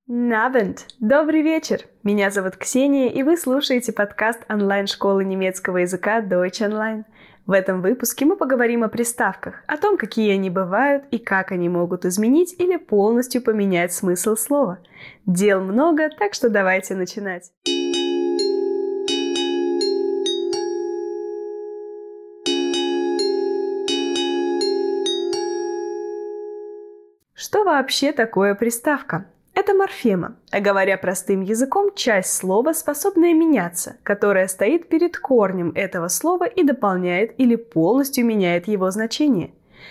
Abend! Добрый вечер! Меня зовут Ксения, и вы слушаете подкаст онлайн-школы немецкого языка Deutsch Online. В этом выпуске мы поговорим о приставках, о том, какие они бывают и как они могут изменить или полностью поменять смысл слова. Дел много, так что давайте начинать. Что вообще такое приставка? Это морфема, а говоря простым языком, часть слова, способная меняться, которая стоит перед корнем этого слова и дополняет или полностью меняет его значение.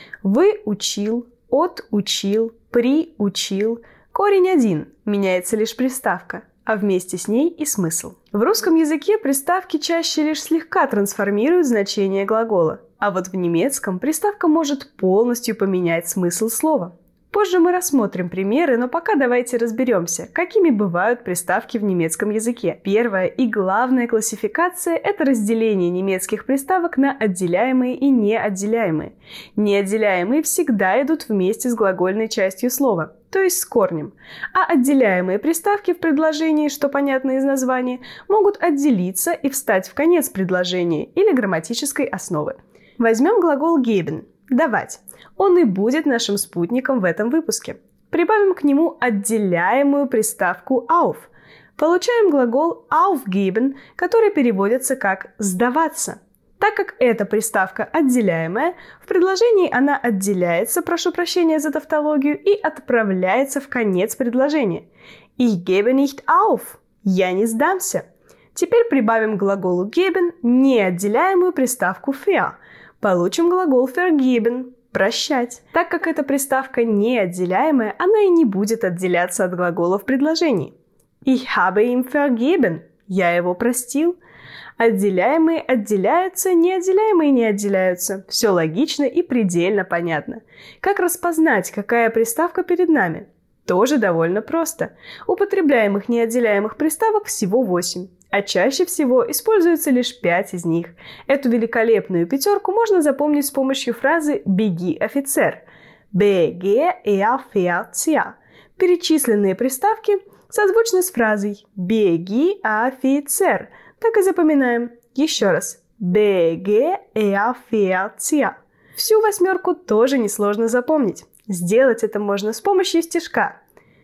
Вы учил, от учил, при учил. Корень один, меняется лишь приставка, а вместе с ней и смысл. В русском языке приставки чаще лишь слегка трансформируют значение глагола, а вот в немецком приставка может полностью поменять смысл слова. Позже мы рассмотрим примеры, но пока давайте разберемся, какими бывают приставки в немецком языке. Первая и главная классификация – это разделение немецких приставок на отделяемые и неотделяемые. Неотделяемые всегда идут вместе с глагольной частью слова, то есть с корнем, а отделяемые приставки в предложении, что понятно из названия, могут отделиться и встать в конец предложения или грамматической основы. Возьмем глагол geben – давать. Он и будет нашим спутником в этом выпуске. Прибавим к нему отделяемую приставку auf. Получаем глагол aufgeben, который переводится как «сдаваться». Так как эта приставка отделяемая, в предложении она отделяется, прошу прощения за тавтологию, и отправляется в конец предложения. Ich gebe nicht auf. Я не сдамся. Теперь прибавим к глаголу geben неотделяемую приставку für. Получим глагол vergeben. Прощать. Так как эта приставка неотделяемая, она и не будет отделяться от глагола в предложении. Ich habe ihm vergeben. Я его простил. Отделяемые отделяются, неотделяемые не отделяются. Все логично и предельно понятно. Как распознать, какая приставка перед нами? Тоже довольно просто. Употребляемых неотделяемых приставок всего 8. А чаще всего используется лишь 5 из них. Эту великолепную пятерку можно запомнить с помощью фразы «беги, офицер». «Беге er fährt ja». Перечисленные приставки созвучны с фразой «беги, офицер». Так и запоминаем. Еще раз. «Беге er fährt ja». Всю 8 тоже несложно запомнить. Сделать это можно с помощью стишка.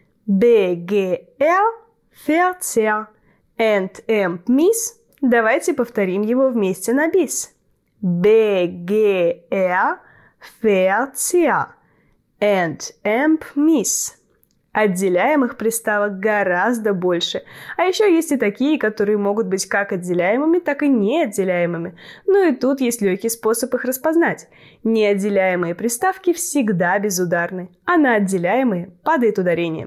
«Беге er fährt ja». And miss. Давайте повторим его вместе на бис. BGR fährt ja. And miss. Отделяемых приставок гораздо больше. А еще есть и такие, которые могут быть как отделяемыми, так и неотделяемыми. Но и тут есть легкий способ их распознать. Неотделяемые приставки всегда безударны, а на отделяемые падает ударение.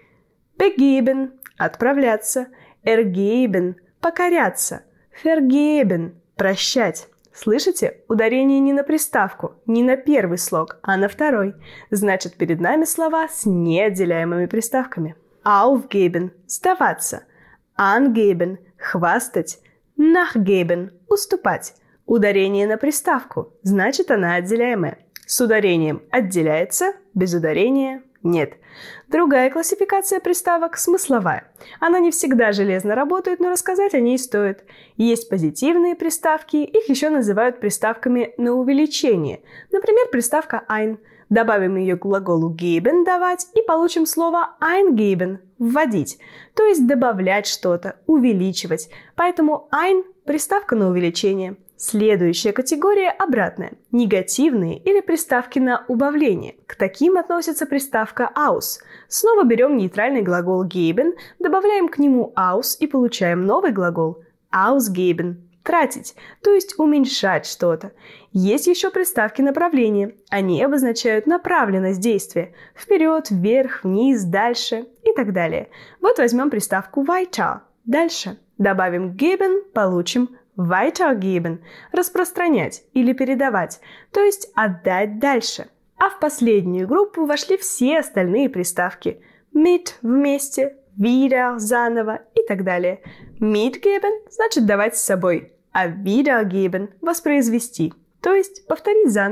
Begeben – отправляться. Ergeben – покоряться. Vergeben – прощать. Слышите? Ударение не на приставку, не на первый слог, а на второй. Значит, перед нами слова с неотделяемыми приставками. Aufgeben – сдаваться. Angeben – хвастать. Nachgeben – уступать. Ударение на приставку, значит, она отделяемая. С ударением отделяется, без ударения – нет. Другая классификация приставок – смысловая. Она не всегда железно работает, но рассказать о ней стоит. Есть позитивные приставки, их еще называют приставками на увеличение. Например, приставка ein. Добавим ее к глаголу geben – давать, и получим слово eingeben – вводить, то есть добавлять что-то, увеличивать. Поэтому ein – приставка на увеличение. Следующая категория обратная – негативные или приставки на убавление. К таким относится приставка aus. Снова берем нейтральный глагол geben, добавляем к нему aus и получаем новый глагол ausgeben – тратить, то есть уменьшать что-то. Есть еще приставки направления. Они обозначают направленность действия – вперед, вверх, вниз, дальше и так далее. Вот возьмем приставку weiter – дальше. Добавим geben – получим weitergeben – распространять или передавать, то есть отдать дальше. А в последнюю группу вошли все остальные приставки – mit – вместе, wieder – заново и так далее. Mitgeben – значит давать с собой, а wiedergeben – воспроизвести, то есть повторить заново.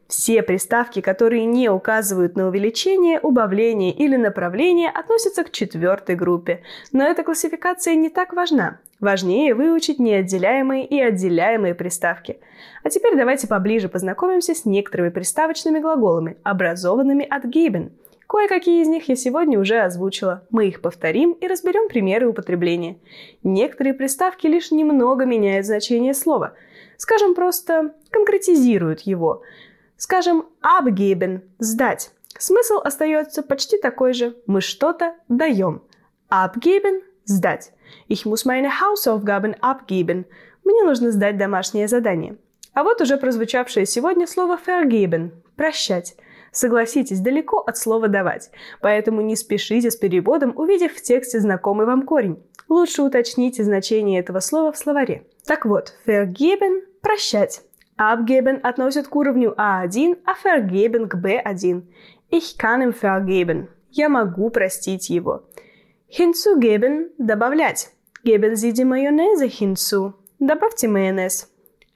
Все приставки, которые не указывают на увеличение, убавление или направление, относятся к 4-й группе. Но эта классификация не так важна. Важнее выучить неотделяемые и отделяемые приставки. А теперь давайте поближе познакомимся с некоторыми приставочными глаголами, образованными от geben. Кое-какие из них я сегодня уже озвучила. Мы их повторим и разберем примеры употребления. Некоторые приставки лишь немного меняют значение слова. Скажем, просто конкретизируют его. Скажем, abgeben – сдать. Смысл остается почти такой же. Мы что-то даем. Abgeben – сдать. Ich muss meine Hausaufgaben abgeben. Мне нужно сдать домашнее задание. А вот уже прозвучавшее сегодня слово vergeben – прощать. Согласитесь, далеко от слова «давать», поэтому не спешите с переводом, увидев в тексте знакомый вам корень. Лучше уточните значение этого слова в словаре. Так вот, vergeben – прощать. Abgeben относят к уровню A1, а vergeben к B1. Ich kann ihm vergeben. Я могу простить его. Hinzugeben – добавлять. Geben Sie die Mayonnaise hinzu. Добавьте майонез.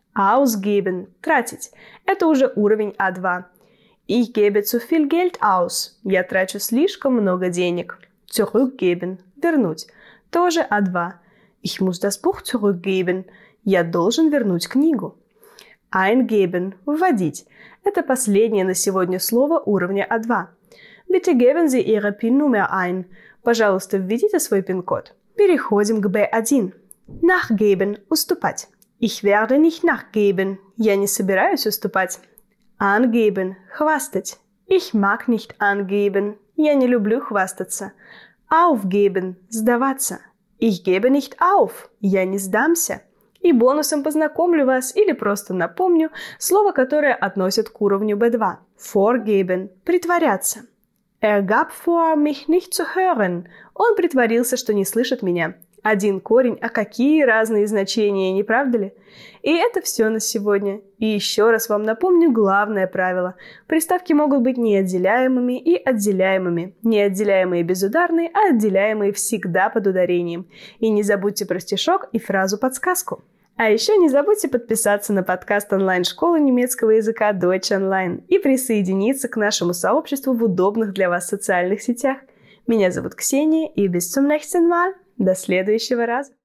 Ausgeben – тратить. Это уже уровень A2. Ich gebe zu viel Geld aus. Я трачу слишком много денег. Zurückgeben – вернуть. Тоже A2. Ich muss das Buch zurückgeben. Я должен вернуть книгу. Eingeben – вводить. Это последнее на сегодня слово уровня A2. Bitte geben Sie Ihre PIN-Nummer ein. Пожалуйста, введите свой пин-код. Переходим к B1. Nachgeben – уступать. Ich werde nicht nachgeben. Я не собираюсь уступать. Angeben – хвастать. Ich mag nicht angeben. Я не люблю хвастаться. Aufgeben – сдаваться. Ich gebe nicht auf. Я не сдамся. И бонусом познакомлю вас или просто напомню слово, которое относят к уровню B2. Vorgeben – притворяться. Gab vor, mich nicht zu hören. Он притворился, что не слышит меня. Один корень, а какие разные значения, не правда ли? И это все на сегодня. И еще раз вам напомню главное правило. Приставки могут быть неотделяемыми и отделяемыми. Неотделяемые безударные, а отделяемые всегда под ударением. И не забудьте про стишок и фразу-подсказку. А еще не забудьте подписаться на подкаст онлайн-школы немецкого языка Deutsch Online и присоединиться к нашему сообществу в удобных для вас социальных сетях. Меня зовут Ксения, и bis zum nächsten Mal. До следующего раза.